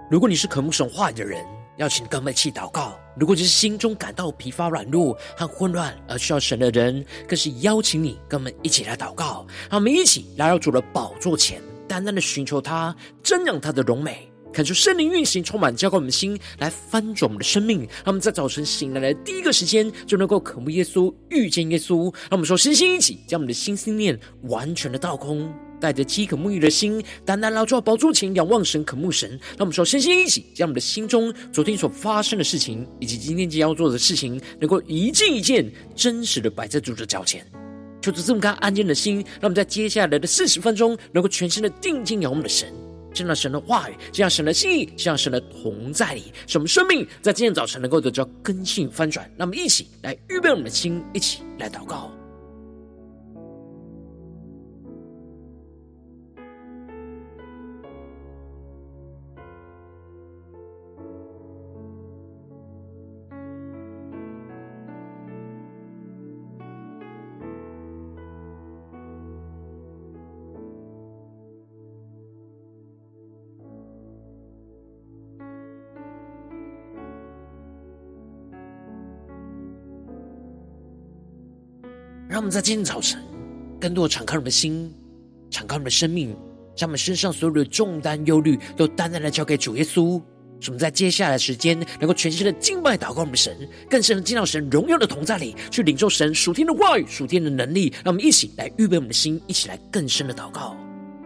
如果你是渴慕神话语的人，邀请跟我们一起祷告。如果你是心中感到疲乏软弱和混乱而需要神的人，更是邀请你跟我们一起来祷告。让我们一起来到主的宝座前，单单的寻求他，瞻仰他的荣美，恳求圣灵运行充满浇灌我们的心，来翻转我们的生命。让我们在早晨醒来的第一个时间就能够渴慕耶稣，遇见耶稣。让我们说身心一起将我们的心思念完全的倒空，带着饥渴沐浴的心，单单来到宝座前仰望神，渴慕神。让我们说身心一起将我们的心中昨天所发生的事情，以及今天即将要做的事情，能够一件一件真实的摆在主的脚前。求主这么安静的心，让我们在接下来的40分钟能够全心的定睛仰望我们的神，见到神的话语，见到神的心意，见到神的同在里，使我们生命在今天早晨能够得到更新翻转。让我们一起来预备我们的心，一起来祷告。让我们在今天早晨更多的敞开我们的心，敞开我们的生命，将我们身上所有的重担忧虑都单单的交给主耶稣。使我们在接下来的时间能够全心的敬拜祷告我们的神，更深的进到神荣耀的同在里，去领受神属天的话语，属天的能力。让我们一起来预备我们的心，一起来更深的祷告。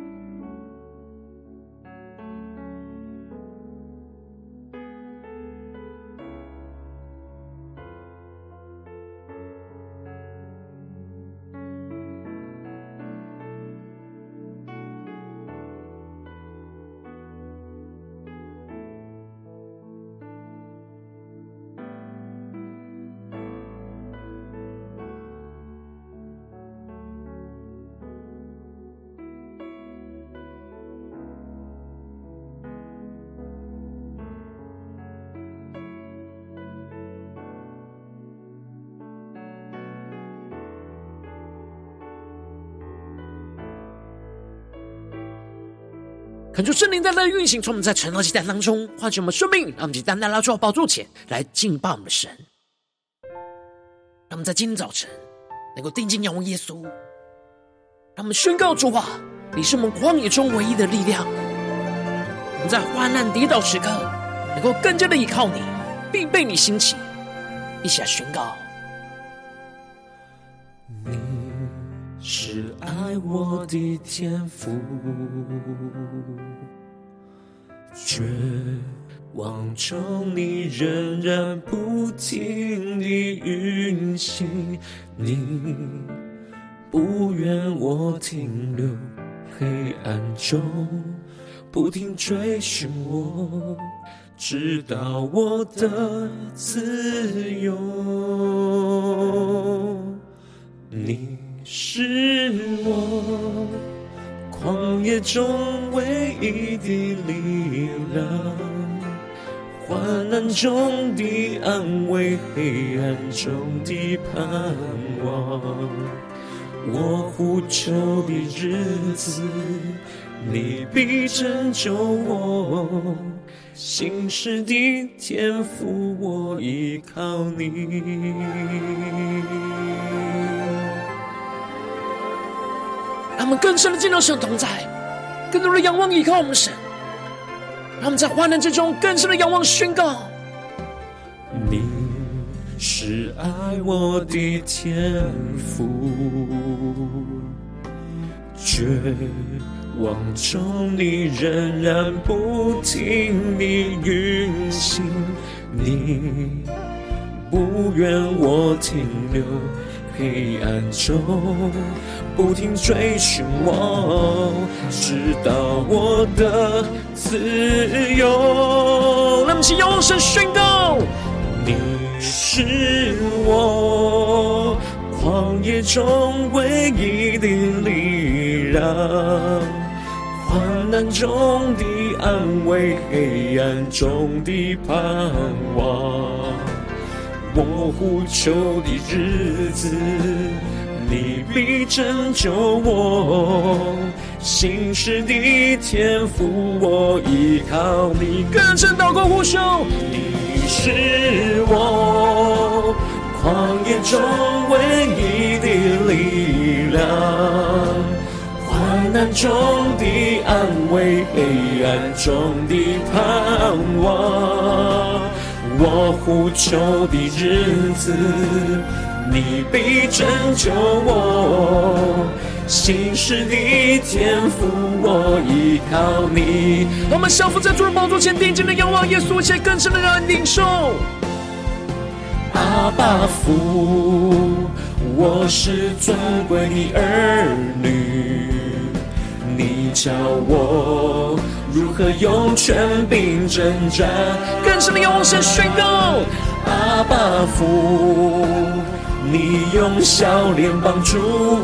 恳求圣灵在那运行，从我们在晨祷祭坛当中唤醒我们生命，让我们去单单来到宝座前来敬拜我们的神。让我们在今天早晨能够定睛仰望耶稣，让我们宣告主啊，你是我们旷野中唯一的力量。我们在患难跌倒时刻能够更加的依靠你，并被你兴起。一起来宣告： 你是爱我的天父，绝望中你仍然不停地运行，你不愿我停留黑暗中，不停追寻我，直到我的自由。你是我旷野中唯一的力量，患难中的安慰，黑暗中的盼望。我呼求的日子，你必拯救我。信实的天父，我依靠你。 让我们更深的进入神同在，更多的仰望依靠我们的神。让我们在患难之中更深的仰望宣告： 你是爱我的天父，绝望中你仍然不停地运行，你不愿我停留黑暗中，不停追寻我，直到我的自由。 让我们一起仰望神宣告： 你是我旷野中唯一的力量，患难中的安慰，黑暗中的盼望。我呼求的日子， 你必拯救我，心事的天赋我依靠你。 更深祷告呼求， 你是我旷野中唯一的力量，患难中的安慰，黑暗中的盼望。我呼求的日子，你必拯救我，心事的天赋我依靠你。 我们降服在主的宝座前，定睛的仰望耶稣，且更深的让人领受。 阿爸父，我是尊贵的儿女，你教我如何用权柄征战。 更深的仰望神宣告， 阿爸父，你用笑脸帮助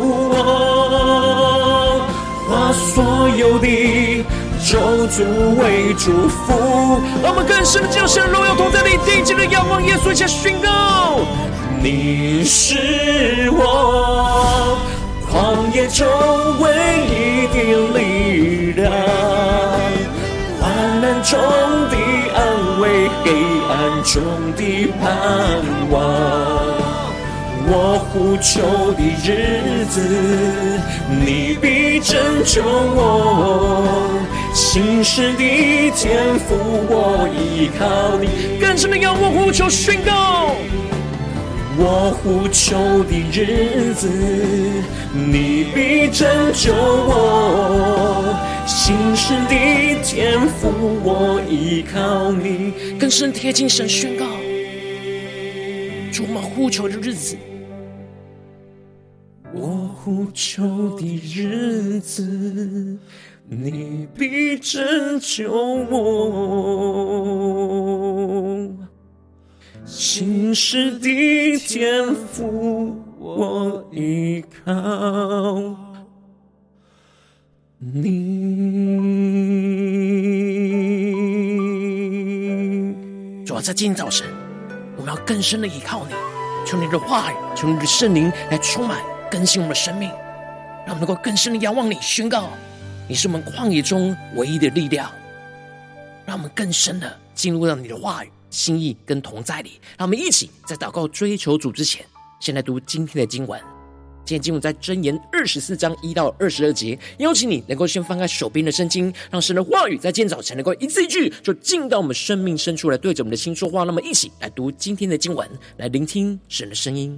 我，把所有的咒诅为祝福。 让我们更深的进入神荣耀同在里，定睛的仰望耶稣，一起宣告： 你是我旷野中唯一的力量，患难中的安慰，黑暗中的盼望。我呼求的日子，你必拯救我，心事的天赋我依靠你。 更深的仰望呼求宣告， 我呼求的日子，你必拯救我，心事的天赋我依靠你。 更深贴近神宣告，主我们呼求的日子， 我呼求的日子，你必拯救我，心事的天赋我依靠你。 主要在今天早晨，我们要更深的依靠你，求你的话语，求你的圣灵来充满更新我们的生命，让我们能够更深的仰望你，宣告你是我们旷野中唯一的力量，让我们更深的进入到你的话语、心意跟同在里。让我们一起在祷告追求主之前，先来读今天的经文。今天经文在箴言24章1到22节，邀请你能够先翻开手边的圣经，让神的话语在今天早晨能够一字一句就进到我们生命深处来，对着我们的心说话。那么一起来读今天的经文，来聆听神的声音。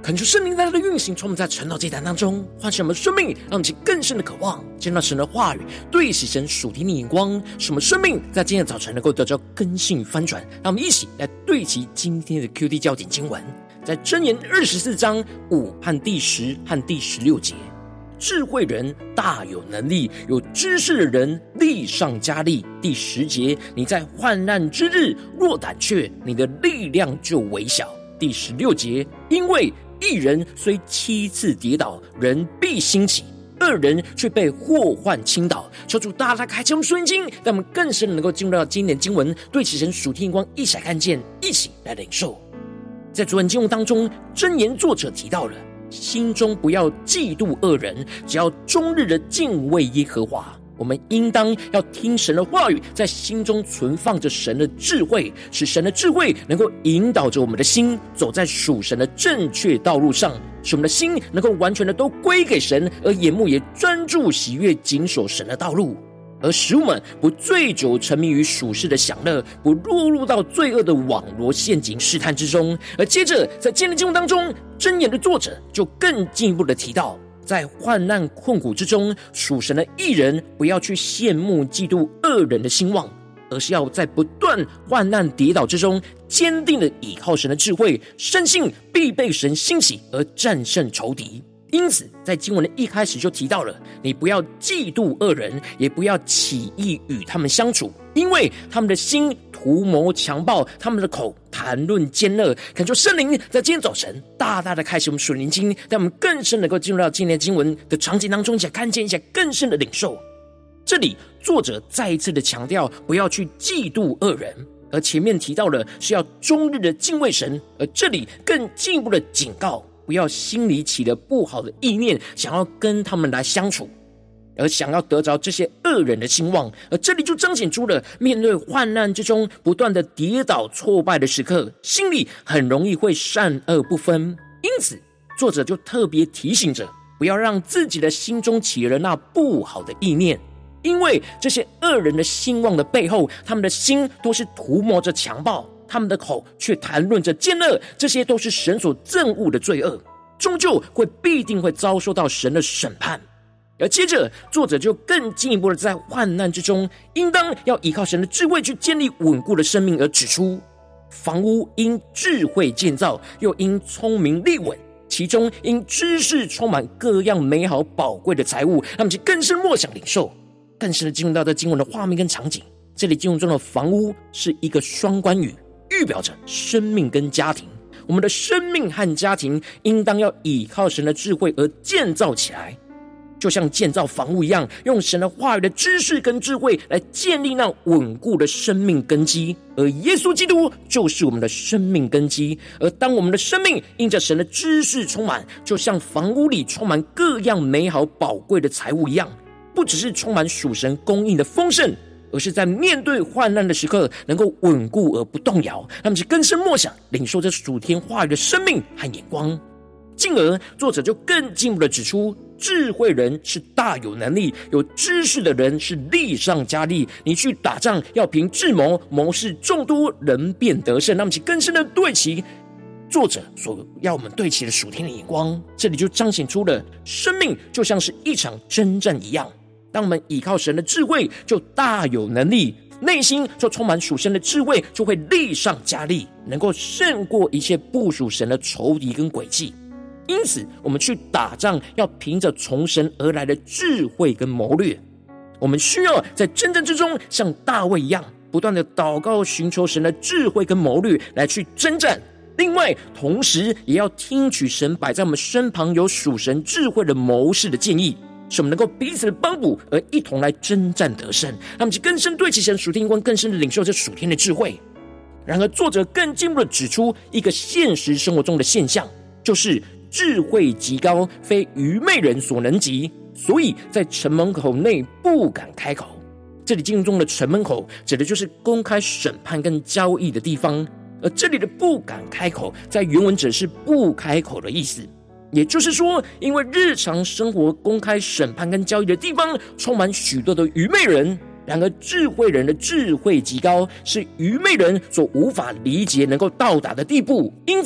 恳求圣灵在它的运行，充满在晨祷祭坛当中，唤醒我们的生命，让我们更深的渴望见到神的话语，对齐神属天的眼光，使我们生命在今天的早晨能够得到更新翻转。让我们一起来对齐今天的 QD 焦点经文，在箴言24章5和第10和第16节。智慧人大有能力，有知识的人力上加力。第10节，你在患难之日若胆怯，你的力量就微小。第16节，因为一人虽7次跌倒，人必兴起；恶人却被祸患倾倒。求主大大开启我们属灵经，让我们更深能够进入到今年经文，对其神属天眼光一起来看见，一起来领受。在昨晚经文当中，箴言作者提到了心中不要嫉妒恶人，只要终日的敬畏耶和华。我们应当要听神的话语，在心中存放着神的智慧，使神的智慧能够引导着我们的心走在属神的正确道路上，使我们的心能够完全的都归给神，而眼目也专注喜悦谨守神的道路，而使我们不醉酒沉迷于属世的享乐，不落入到罪恶的网罗陷阱试探之中。而接着在今天的经文当中，箴言的作者就更进一步的提到，在患难困苦之中，属神的义人不要去羡慕嫉妒恶人的兴旺，而是要在不断患难跌倒之中，坚定的倚靠神的智慧，深信必被神兴起而战胜仇敌。因此在经文的一开始就提到了，你不要嫉妒恶人，也不要起意与他们相处，因为他们的心图谋强暴，他们的口谈论奸恶。恳求圣灵在今天早晨大大的开启我们属灵经，让我们更深能够进入到今天的经文的场景当中，一起来看见，一起来更深的领受。这里作者再一次的强调，不要去嫉妒恶人，而前面提到了是要终日的敬畏神，而这里更进一步的警告，不要心里起了不好的意念，想要跟他们来相处，而想要得着这些恶人的兴旺。而这里就彰显出了面对患难之中不断的跌倒挫败的时刻，心里很容易会善恶不分。因此作者就特别提醒着，不要让自己的心中起了那不好的意念，因为这些恶人的兴旺的背后，他们的心都是图谋着强暴，他们的口却谈论着奸恶，这些都是神所憎恶的罪恶，终究必定会遭受到神的审判。而接着作者就更进一步的在患难之中，应当要依靠神的智慧去建立稳固的生命，而指出房屋因智慧建造，又因聪明立稳，其中因知识充满各样美好宝贵的财物。让我们去更深默想领受，更深的进入到这经文的画面跟场景。这里经文中的房屋是一个双关语，预表着生命跟家庭。我们的生命和家庭应当要依靠神的智慧而建造起来，就像建造房屋一样，用神的话语的知识跟智慧来建立那稳固的生命根基。而耶稣基督就是我们的生命根基。而当我们的生命因着神的知识充满，就像房屋里充满各样美好宝贵的财物一样，不只是充满属神供应的丰盛，而是在面对患难的时刻能够稳固而不动摇。让我们去更深默想领受这属天话语的生命和眼光。进而作者就更进一步的指出，智慧人是大有能力，有知识的人是力上加力。你去打仗要凭智谋，谋士众多，人便得胜。让我们去更深的对齐作者所要我们对齐的属天的眼光。这里就彰显出了生命就像是一场征战一样，当我们依靠神的智慧，就大有能力，内心就充满属神的智慧，就会力上加力，能够胜过一切不属神的仇敌跟诡计。因此我们去打仗要凭着从神而来的智慧跟谋略。我们需要在征战之中像大卫一样，不断的祷告寻求神的智慧跟谋略来去征战。另外同时也要听取神摆在我们身旁有属神智慧的谋士的建议，使我们能够彼此的帮补，而一同来征战得胜。让我们更深对齐神属天眼光，更深的领受这属天的智慧。然而作者更进一步的指出一个现实生活中的现象，就是智慧极高，非愚昧人所能及，所以在城门口内不敢开口。这里经文中的城门口指的就是公开审判跟交易的地方，而这里的不敢开口在原文指是不开口的意思。也就是说，因为日常生活公开审判跟交易的地方充满许多的愚昧人，然而智慧人的智慧极高，是愚昧人所无法理解能够到达的地步。因此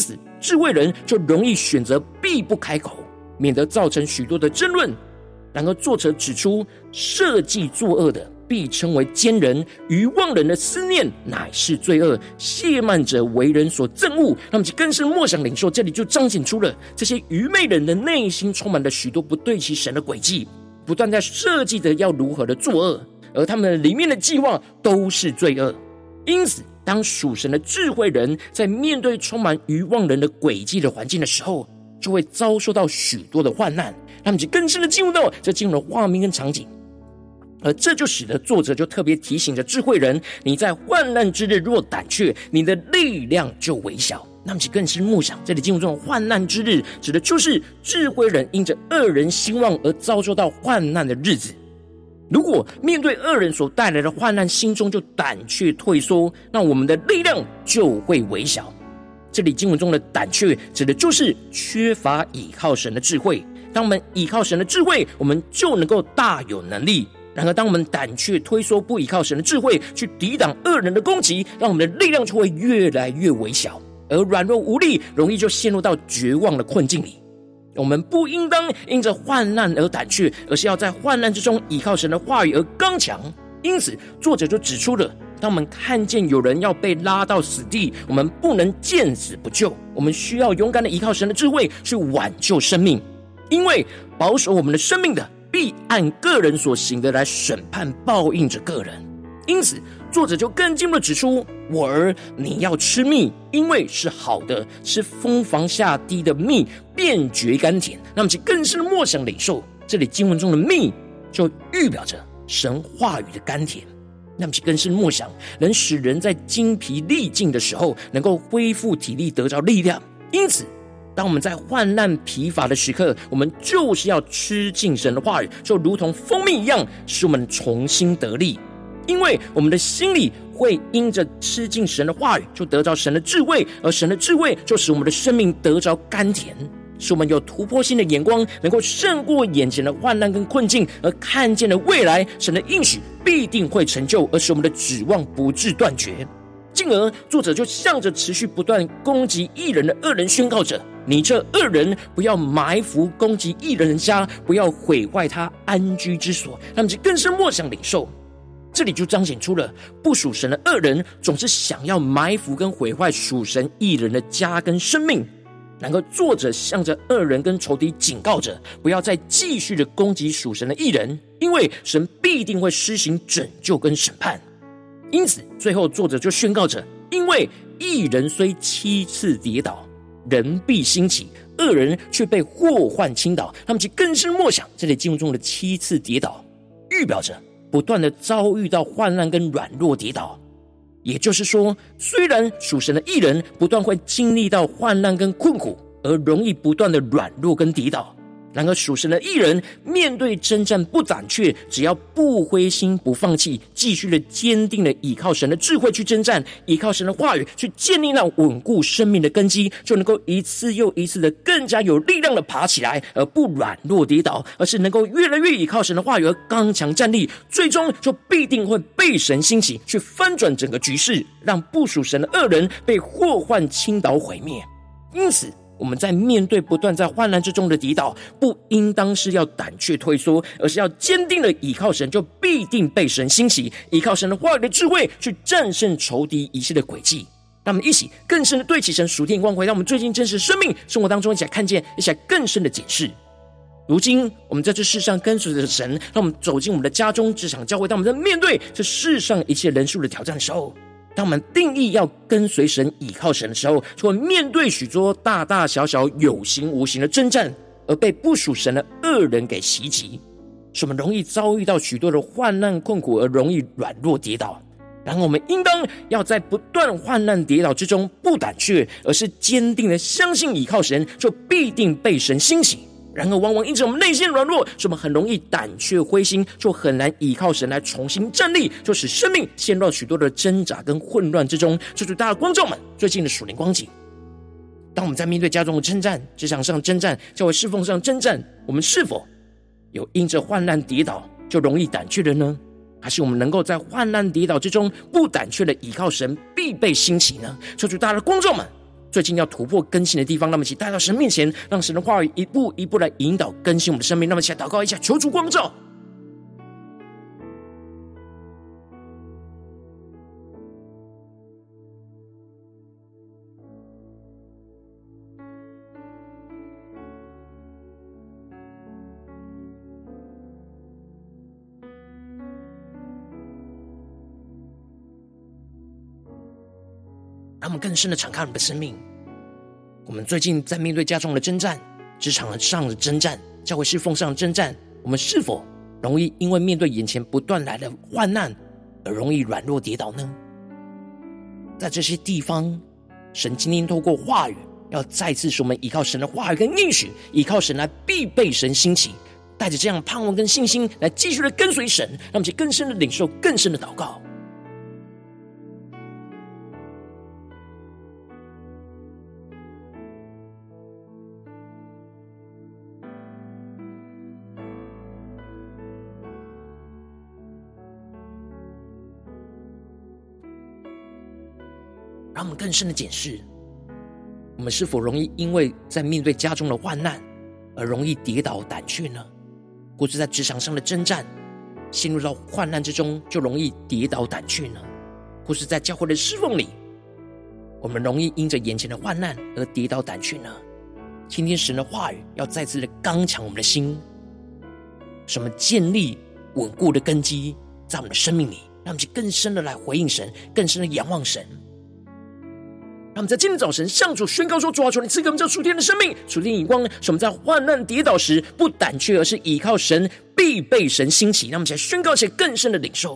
智慧人就容易选择闭不开口，免得造成许多的争论。然而作者指出，设计作恶的必称为奸人，愚妄人的思念乃是罪恶，亵慢者为人所憎恶。那么更深默想领受，这里就彰显出了这些愚昧人的内心充满了许多不对齐神的诡计，不断在设计着要如何的作恶，而他们里面的计划都是罪恶。因此当属神的智慧人在面对充满愚妄人的诡计的环境的时候，就会遭受到许多的患难，他们就更深的进入到这进入的画面跟场景。而这就使得作者就特别提醒着智慧人，你在患难之日若胆怯，你的力量就微小。那么就更是默想，这里进入这种患难之日，指的就是智慧人因着恶人兴旺而遭受到患难的日子。如果面对恶人所带来的患难，心中就胆怯退缩，那我们的力量就会微小。这里经文中的胆怯指的就是缺乏倚靠神的智慧。当我们倚靠神的智慧，我们就能够大有能力。然而当我们胆怯退缩，不倚靠神的智慧去抵挡恶人的攻击，让我们的力量就会越来越微小，而软弱无力，容易就陷入到绝望的困境里。我们不应当因着患难而胆怯，而是要在患难之中倚靠神的话语而刚强。因此作者就指出了，当我们看见有人要被拉到死地，我们不能见死不救，我们需要勇敢的依靠神的智慧去挽救生命。因为保守我们的生命的，必按个人所行的来审判报应着个人。因此作者就更进一步指出，我儿，你要吃蜜，因为是好的，是蜂房下滴的蜜，便觉甘甜。那么其更是默想领受，这里经文中的蜜就预表着神话语的甘甜。那么其更是默想，能使人在精疲力尽的时候能够恢复体力，得着力量。因此当我们在患难疲乏的时刻，我们就是要吃进神的话语，就如同蜂蜜一样，使我们重新得力。因为我们的心里会因着吃进神的话语，就得着神的智慧，而神的智慧就使我们的生命得着甘甜，使我们有突破性的眼光，能够胜过眼前的患难跟困境，而看见了未来神的应许必定会成就，而使我们的指望不致断绝。进而作者就向着持续不断攻击义人的恶人宣告着，你这恶人，不要埋伏攻击义人的家，不要毁坏他安居之所。他们就更深默想领受，这里就彰显出了不属神的恶人总是想要埋伏跟毁坏属神义人的家跟生命。然而作者向着恶人跟仇敌警告着，不要再继续的攻击属神的义人，因为神必定会施行拯救跟审判。因此最后作者就宣告着，因为义人虽7次跌倒，人必兴起，恶人却被祸患倾倒。他们其更是默想，这里经文中的7次跌倒预表着不断的遭遇到患难跟软弱跌倒。也就是说，虽然属神的义人不断会经历到患难跟困苦，而容易不断的软弱跟跌倒，然而属神的义人面对征战不胆怯，只要不灰心不放弃，继续的坚定的依靠神的智慧去征战，依靠神的话语去建立那稳固生命的根基，就能够一次又一次的更加有力量的爬起来，而不软弱跌倒，而是能够越来越依靠神的话语而刚强站立，最终就必定会被神兴起，去翻转整个局势，让不属神的恶人被祸患倾倒毁灭。因此我们在面对不断在患难之中的跌倒，不应当是要胆怯退缩，而是要坚定的倚靠神，就必定被神兴起，依靠神的话语的智慧去战胜仇敌一切的诡计。让我们一起更深的对齐神属天光，回到我们最近真实生命生活当中，一起来看见，一起来更深的解释。如今我们在这世上跟随着神，让我们走进我们的家中、职场、教会，当我们在面对这世上一切人数的挑战的时候，当我们定义要跟随神、倚靠神的时候，就会面对许多大大小小有形无形的征战，而被不属神的恶人给袭击，使我们容易遭遇到许多的患难困苦，而容易软弱跌倒。然后我们应当要在不断患难跌倒之中不胆怯，而是坚定的相信倚靠神，就必定被神兴起。然而往往因着我们内心软弱，使我们很容易胆怯灰心，就很难依靠神来重新站立，就使生命陷入许多的挣扎跟混乱之中。这就是大家观众们最近的属灵光景。当我们在面对家中的征战、职场上征战、教会侍奉上征战，我们是否有因着患难跌倒就容易胆怯的呢？还是我们能够在患难跌倒之中不胆怯的依靠神，必被兴起呢？求主大家的观众们最近要突破更新的地方，那么一起带到神面前，让神的话语一步一步来引导更新我们的生命。那么一起来祷告一下，求主光照。让我们更深的敞开我们的生命。我们最近在面对家中的征战、职场上的征战、教会侍奉上的征战，我们是否容易因为面对眼前不断来的患难而容易软弱跌倒呢？在这些地方，神今天透过话语要再次使我们依靠神的话语跟应许，依靠神来必被神兴起，带着这样盼望跟信心来继续的跟随神，让我们去更深的领受更深的祷告。让我们更深的检视，我们是否容易因为在面对家中的患难而容易跌倒胆怯呢？或是在职场上的征战陷入到患难之中就容易跌倒胆怯呢？或是在教会的侍奉里，我们容易因着眼前的患难而跌倒胆怯呢？今天神的话语要再次的刚强我们的心，使我们建立稳固的根基在我们的生命里，让我们去更深的来回应神，更深的仰望神。让我们在今天早晨向主宣告说：主啊，求你赐给我们这属天的生命、属天眼光，使我们在患难跌倒时不胆怯，而是倚靠神，必被神兴起。让我们起来宣告，起来更深的领受。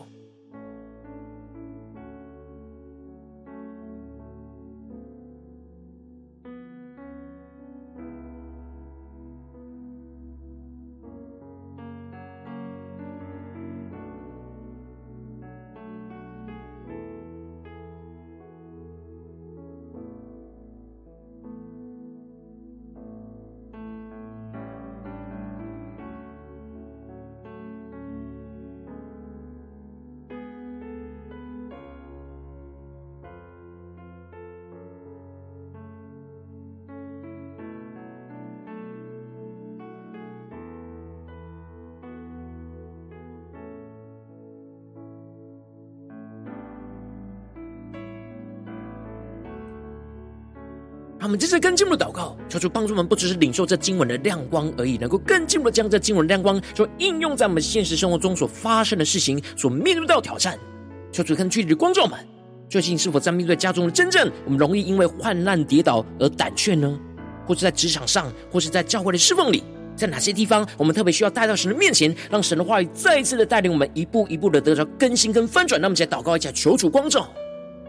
让我们接着更进一步的祷告，求主帮助我们不只是领受这经文的亮光而已，能够更进一步的将这经文的亮光就应用在我们现实生活中所发生的事情，所面对到的挑战。求主更具体的光照我们，最近是否在面对家中的征战，我们容易因为患难跌倒而胆怯呢？或是在职场上，或是在教会的侍奉里，在哪些地方我们特别需要带到神的面前，让神的话语再一次的带领我们一步一步的得到更新跟翻转。让我们一起来祷告一下，求主光照。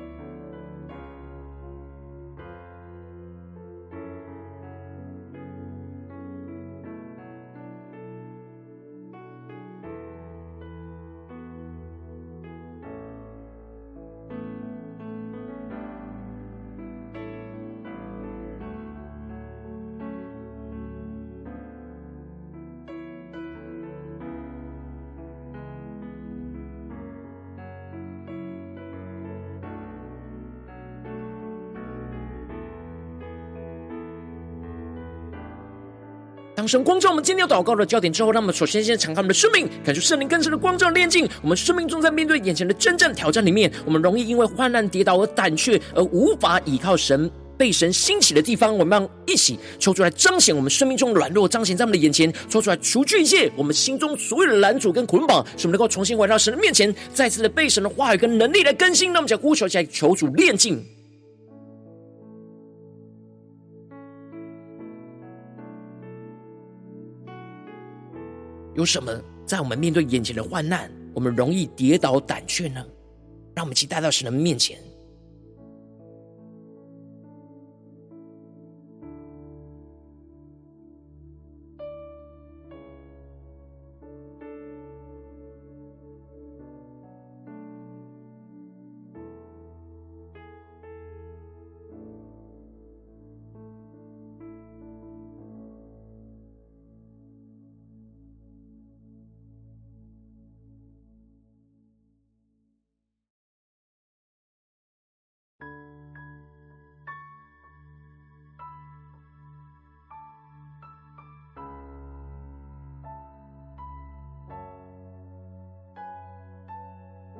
当神光照我们今天要祷告的焦点之后，让我们首先敞开我们的生命，感受圣灵更深的光照炼净我们生命中在面对眼前的征战挑战里面，我们容易因为患难跌倒而胆怯，而无法依靠神被神兴起的地方，我们要一起求出来彰显我们生命中的软弱，彰显在我们的眼前，求出来除去一切我们心中所有的拦阻跟捆绑，使我们能够重新回到神的面前，再次的被神的话语跟能力来更新。让我们将呼求起来，求主炼净。有什么在我们面对眼前的患难，我们容易跌倒胆怯呢？让我们一起带到神的面前。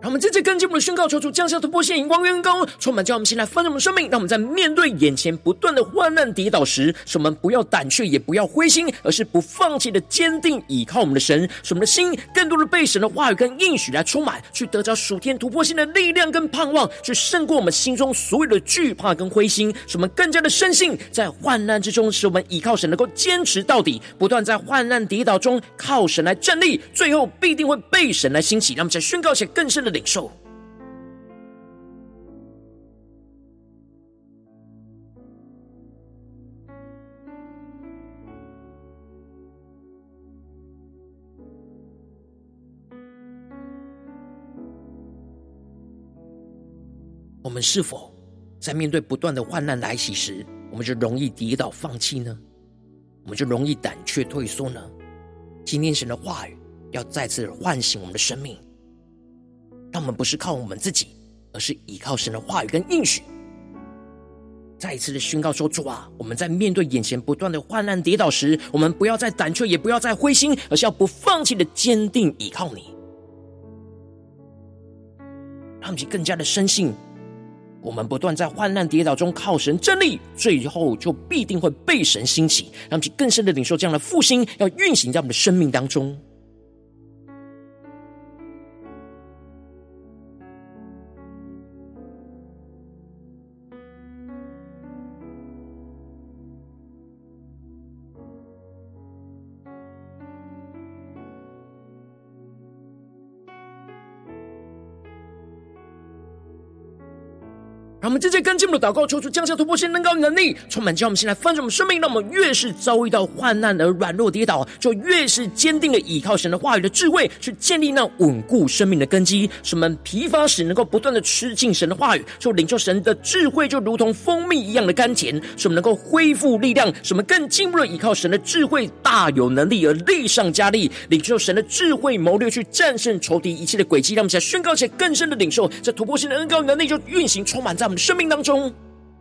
让我们在这更进一步的宣告，求主降下突破线，荧光远高，充满叫我们先来翻转我们生命。让我们在面对眼前不断的患难跌倒时，使我们不要胆怯，也不要灰心，而是不放弃的坚定倚靠我们的神，使我们的心更多的被神的话语跟应许来充满，去得着属天突破性的力量跟盼望，去胜过我们心中所有的惧怕跟灰心，使我们更加的深信在患难之中，使我们倚靠神能够坚持到底，不断在患难跌倒中靠神来站立，最后必定会被神来兴起。让我们再宣告起更深的领受。我们是否在面对不断的患难来袭时，我们就容易跌倒放弃呢？我们就容易胆怯退缩呢？今天神的话语要再次唤醒我们的生命，让我们不是靠我们自己，而是依靠神的话语跟应许，再一次的宣告说，主啊，我们在面对眼前不断的患难跌倒时，我们不要再胆怯，也不要再灰心，而是要不放弃的坚定依靠你，让我们更加的深信，我们不断在患难跌倒中靠神站立，最后就必定会被神兴起，让我们更深的领受这样的复兴要运行在我们的生命当中。让我们接着跟进我们的祷告，求主降下突破性能高能力，充满叫我们先来翻转我们生命，让我们越是遭遇到患难而软弱跌倒，就越是坚定的倚靠神的话语的智慧，去建立那稳固生命的根基，使我们疲乏时能够不断的吃进神的话语，就领受神的智慧，就如同蜂蜜一样的甘甜，使我们能够恢复力量，使我们更进一步的倚靠神的智慧，大有能力而力上加力，领受神的智慧谋略，去战胜仇敌一切的诡计。让我们再宣告起来更深的领受，这突破性的恩膏能力就运行充满在我们的生命当中。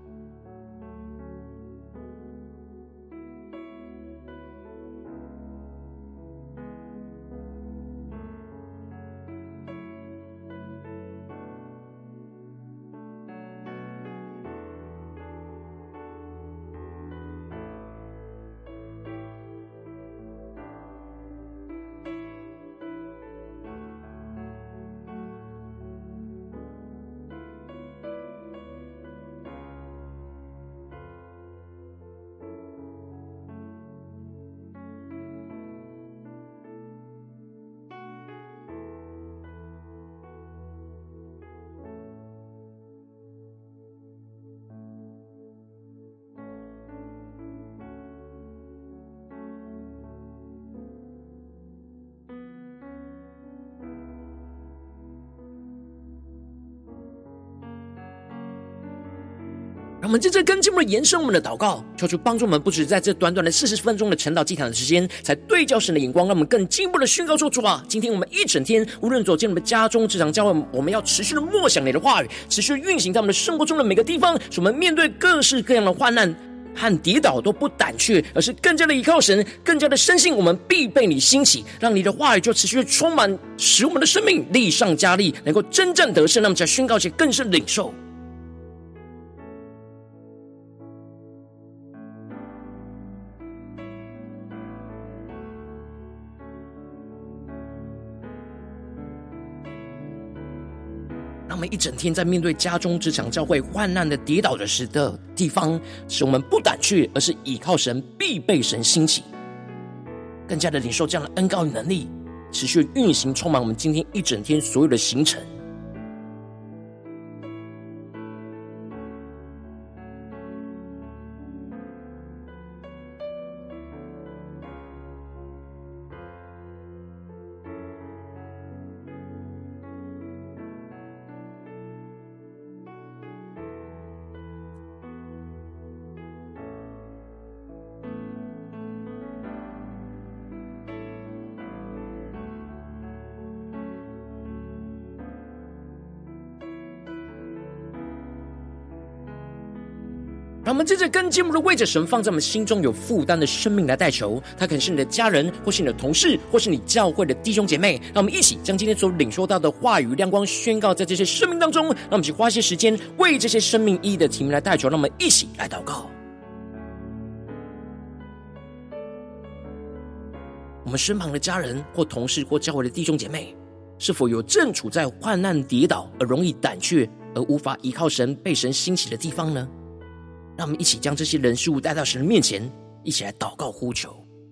让我们接着更进一步的延伸我们的祷告，求主帮助我们，不只在这短短的40分钟的晨祷祭坛的时间，才对焦神的眼光，让我们更进一步的宣告说，主啊，今天我们一整天，无论走进我们家中、职场、教会，我们要持续的默想你的话语，持续运行在我们的生活中的每个地方，使我们面对各式各样的患难和跌倒都不胆怯，而是更加的依靠神，更加的深信我们必被你兴起，让你的话语就持续的充满，使我们的生命力上加力，能够征战得胜。让我们再宣告一些更深的领受。让我们一整天在面对家中、职场、教会患难的跌倒的时的地方，使我们不胆怯，而是倚靠神，必被神兴起，更加的领受这样的恩膏与能力，持续运行，充满我们今天一整天所有的行程。 让我们接着更进一步的为着神放在我们心中有负担的生命来代求。他可能是你的家人，或是你的同事，或是你教会的弟兄姐妹。让我们一起将今天所领受到的话语亮光宣告在这些生命当中。让我们一起花些时间为这些生命意义的题目来代求。让我们一起来祷告。我们身旁的家人或同事或教会的弟兄姐妹，是否有正处在患难跌倒而容易胆怯而无法依靠神被神兴起的地方呢？让我们一起将这些人事物带到神的面前，一起来祷告呼求。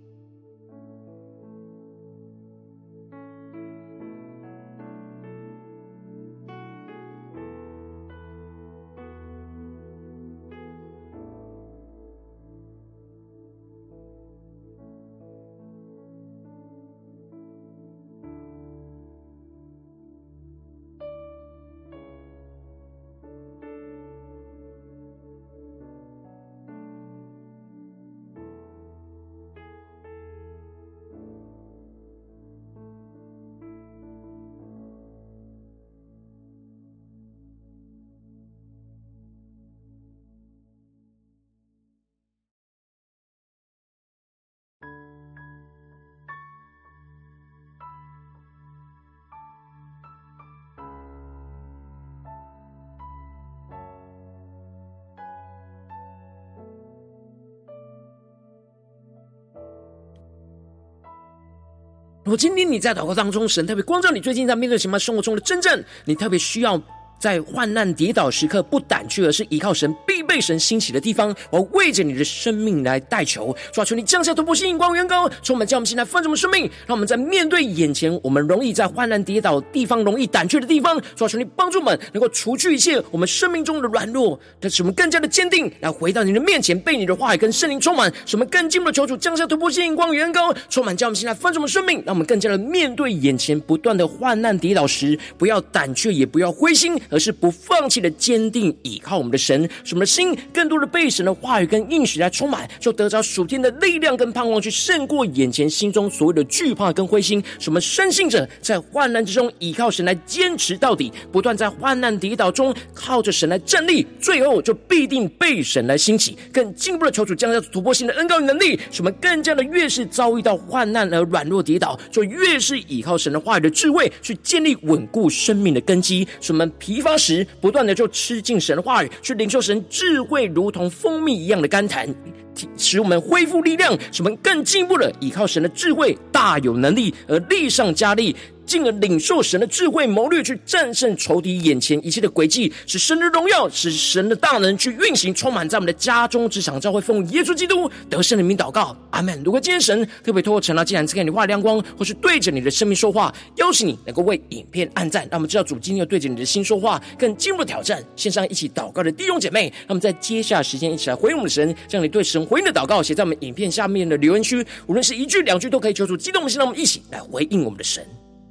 如果今天你在祷告当中，神特别光照你最近在面对什么生活中的征战，你特别需要在患难跌倒时刻不胆怯，而是依靠神必被神兴起的地方，我要为着你的生命来代求。主啊，求你降下突破性眼光远高，充满将我们现在丰盛的生命，让我们在面对眼前我们容易在患难跌倒地方容易胆怯的地方，主啊，求你帮助我们能够除去一切我们生命中的软弱，使我们更加的坚定，来回到你的面前，被你的话语跟圣灵充满，使我们更进一步的求主降下突破性眼光远高，充满将我们现在丰盛的生命，让我们更加的面对眼前不断的患难跌倒时，不要胆怯也不要灰心，而是不放弃的坚定倚靠我们的神，使我们的心更多的被神的话语跟应许来充满，就得着属天的力量跟盼望，去胜过眼前心中所谓的惧怕跟灰心，使我们深信着在患难之中倚靠神来坚持到底，不断在患难跌倒中靠着神来站立，最后就必定被神来兴起。更进一步的求主降下突破性的恩膏与能力，使我们更加的越是遭遇到患难而软弱跌倒，就越是倚靠神的话语的智慧去建立稳固生命的根基，使我们疲乏时不断的就吃进神的话语，去领受神智慧如同蜂蜜一样的甘谈，使我们恢复力量，使我们更进一步的依靠神的智慧，大有能力而力上加力，进而领受神的智慧谋略，去战胜仇敌眼前一切的诡计，使神的荣耀，使神的大能去运行，充满在我们的家中、职场、教会，奉耶稣基督得胜的名祷告，阿们。如果今天神特别透过陈老既然赐给你话亮光，或是对着你的生命说话，邀请你能够为影片按赞，让我们知道主今天要对着你的心说话，更进入的挑战。线上一起祷告的弟兄姐妹，让我们在接下来时间一起来回应我们的神，将你对神回应的祷告写在我们影片下面的留言区，无论是一句两句都可以，求主激动我们心，让我们一起来回应我们的神。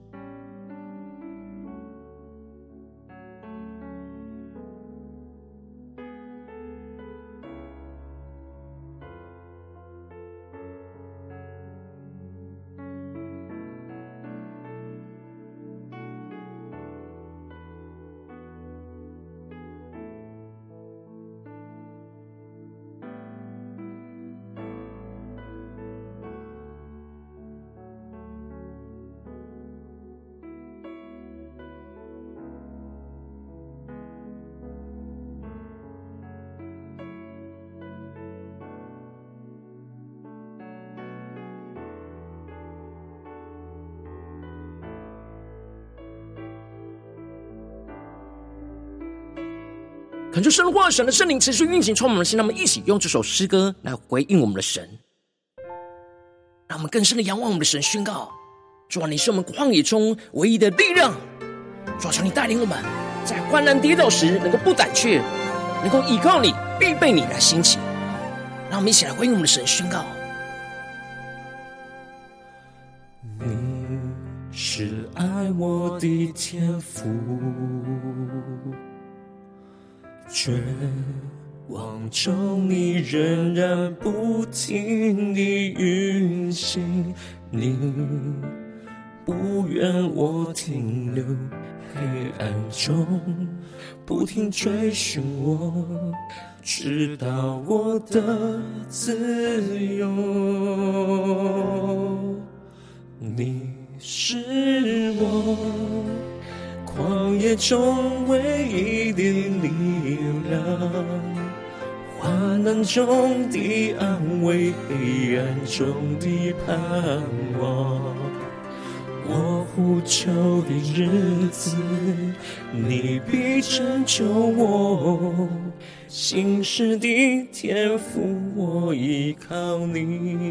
恳求神的话语、神的圣灵持续运行充满我们的心，让我们一起用这首诗歌来回应我们的神，让我们更深的仰望我们的神，宣告：主啊，你是我们旷野中唯一的力量。主啊，求你带领我们在患难跌倒时能够不胆怯，能够依靠你，必被你来兴起。让我们一起来回应我们的神，宣告： 你是爱我的天父，绝望中你仍然不停地运行，你不愿我停留黑暗中，不停追寻我，直到我的自由。你是我旷野中唯一的力量，患难中的安慰，黑暗中的盼望。我呼求的日子，你必拯救我，心事的天赋，我依靠你。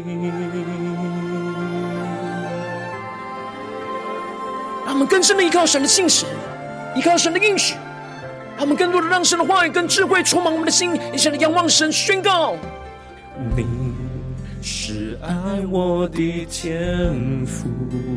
让我们更深的依靠神的信实，依靠神的应许，让我们更多的让神的话语跟智慧充满我们的心，一起来仰望神，宣告： 你是爱我的天父，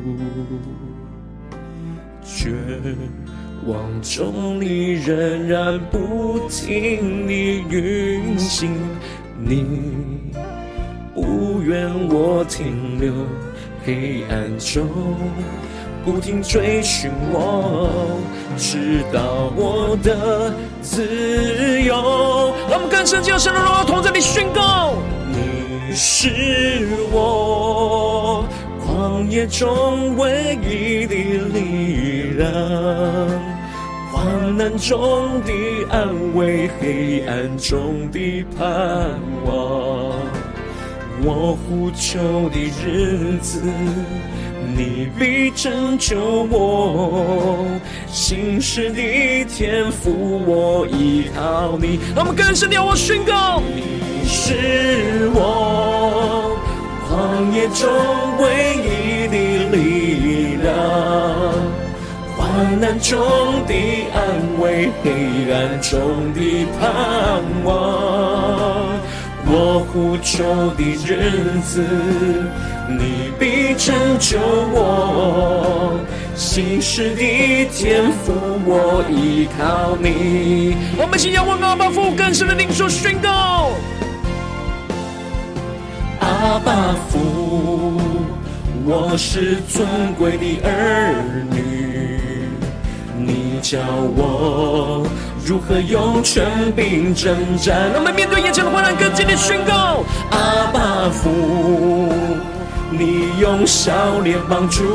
绝望中你仍然不停地运行，你不愿我停留黑暗中，不停追寻我，直到我的自由。 让我们更深进入神的荣耀同在里宣告： 你是我旷野中唯一的力量，患难中的安慰，黑暗中的盼望。我呼求的日子，你必拯救我，心事的天赋，我依靠你。 让我们更深地仰望宣告： 你是我旷野中唯一的力量，患难中的安慰，黑暗中的盼望。我呼求的日子，你必拯救我，心事的天赋，我依靠你。 我们一起仰望阿爸父，更深的领受宣告： 阿爸父，我是尊贵的儿女，你教我如何用权柄征战。 让我们面对眼前的患难，更坚定宣告： 阿爸父，你用笑脸帮助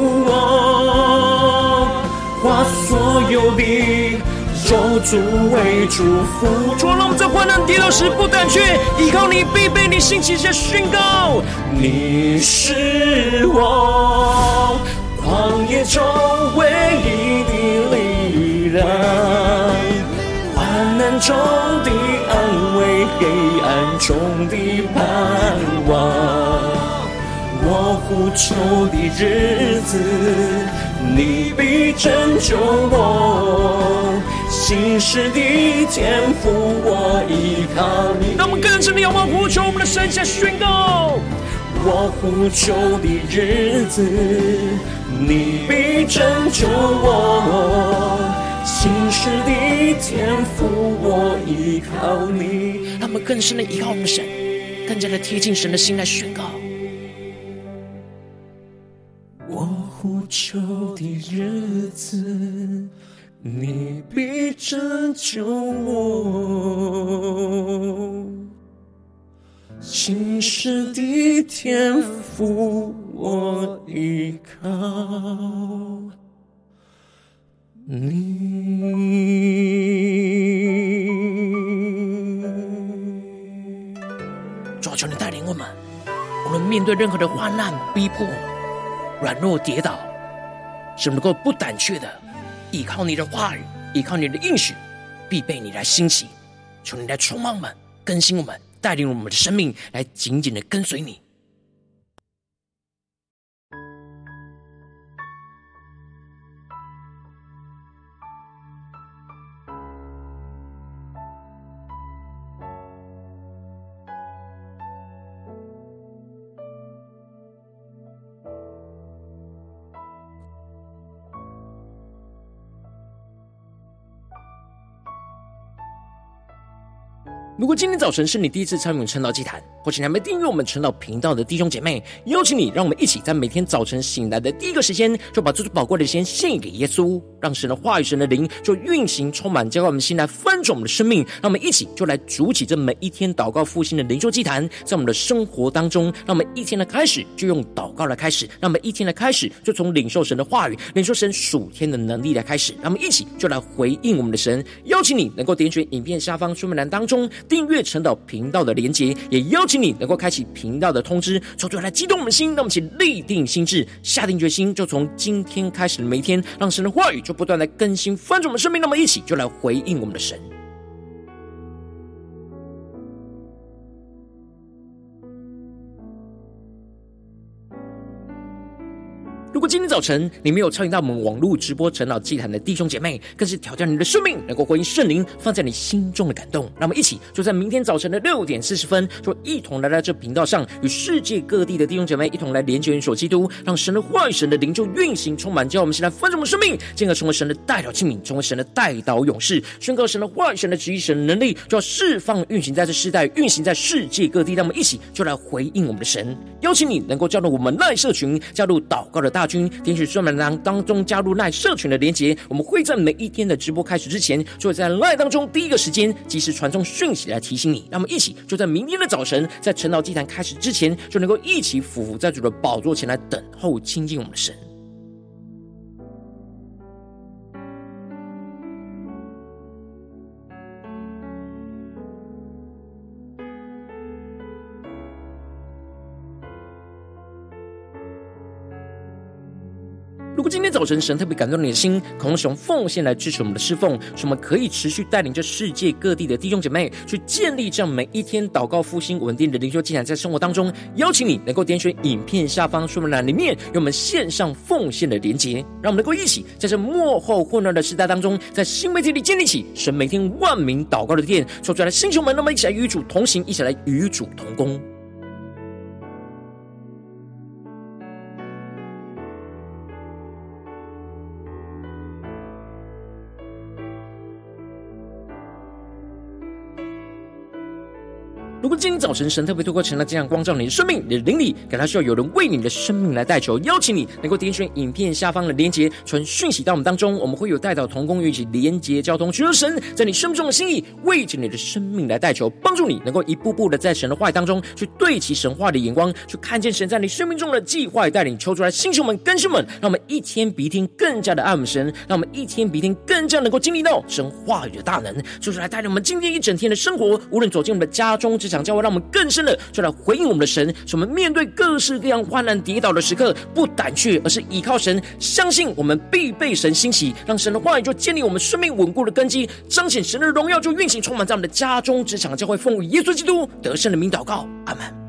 我，化所有的咒诅为祝福。 主，让我们在患难跌倒时不胆怯，依靠你，必被你兴起下宣告： 你是我旷野中唯一的力量，患难中的安慰，黑暗中的盼望。我呼求的日子，你必拯救我，心事的天赋，我依靠你。 让我们更深地仰望呼求我们的神，下宣告： 我呼求的日子，你必拯救我，心事的天赋，我依靠你。 让我们更深的依靠我们的神，更加的贴近神的心来宣告： 我呼求的日子，你必拯救我，心事的天赋，我依靠你。 主啊，求你带领我们，我们面对任何的患难、逼迫、软弱、跌倒，使我们能够不胆怯的依靠你的话语，依靠你的应许，必被你来兴起。求你来充满我们，更新我们，带领我们的生命来紧紧的跟随你。 如果今天早晨是你第一次参与晨祷祭坛，或是你还没订阅我们晨祷频道的弟兄姐妹，邀请你让我们一起在每天早晨醒来的第一个时间，就把最宝贵的时间献给耶稣，让神的话语、神的灵就运行充满，浇灌我们心，来翻转我们的生命。让我们一起就来筑起这每一天祷告复兴的灵修祭坛，在我们的生活当中，让我们一天的开始就用祷告来开始，让我们一天的开始就从领受神的话语、领受神属天的能力来开始。让我们一起就来回应我们的神。邀请你能够点选影片下方说明栏当中订阅晨祷频道的连结，也邀请你能够开启频道的通知，求主来激动我们的心，让我们一起立定心志，下定决心，就从今天开始的每一天，让神的话语就不断来更新翻转我们生命。那么一起就来回应我们的神。如果今天早晨你没有参与到我们网络直播晨祷祭坛的弟兄姐妹，更是挑战你的生命，能够回应圣灵放在你心中的感动。让我们一起就在明天早晨的6点40分，就一同来到这频道上，与世界各地的弟兄姐妹一同来连接元首基督，让神的话语、神的灵就运行充满，叫我们现在翻转我们生命，进而成为神的代祷器皿，成为神的代祷勇士，宣告神的话语、神的旨意、神的能力，就要释放运行在这世代，运行在世界各地。让我们一起就来回应我们的神。邀请你能够加入我们赖社群，加入祷告的大军，点选说明栏当中加入赖社群的连结。我们会在每一天的直播开始之前，就会在赖当中第一个时间及时传送讯息来提醒你。让我们一起就在明天的早晨，在晨祷祭坛开始之前，就能够一起俯伏在主的宝座前来等候亲近我们的神。如果今天早晨神特别感动你的心，渴望使用奉献来支持我们的侍奉，使我们可以持续带领这世界各地的弟兄姐妹去建立这样每一天祷告复兴稳定的灵修进展，在生活当中，邀请你能够点选影片下方说明栏里面有我们线上奉献的连结，让我们能够一起在这末后混乱的时代当中，在新媒体里建立起神每天万名祷告的殿，说出来的星球们，那么一起来与主同行，一起来与主同工。如果今天早晨神特别透过晨祷这样光照你的生命，你的灵里感到需要有人为你的生命来代求，邀请你能够点选影片下方的连结，传讯息到我们当中，我们会有代祷同工一起连结交通，寻求神在你生命中的心意，为着你的生命来代求，帮助你能够一步步的在神的话语当中去对齐神话的眼光，去看见神在你生命中的计划与带领。求出来星兄们更新们，让我们一天比一天更加的爱我们神，让我们一天比一天更加能够经历到神话语的大能。求出来带领我们今天一整天的生活，无论走进我们的家中职场教会，让我们更深的就来回应我们的神，使我们面对各式各样患难跌倒的时刻不胆怯，而是依靠神，相信我们必被神兴起，让神的话语就建立我们生命稳固的根基，彰显神的荣耀就运行充满在我们的家中职场教会，奉耶稣基督得胜的名祷告，阿们。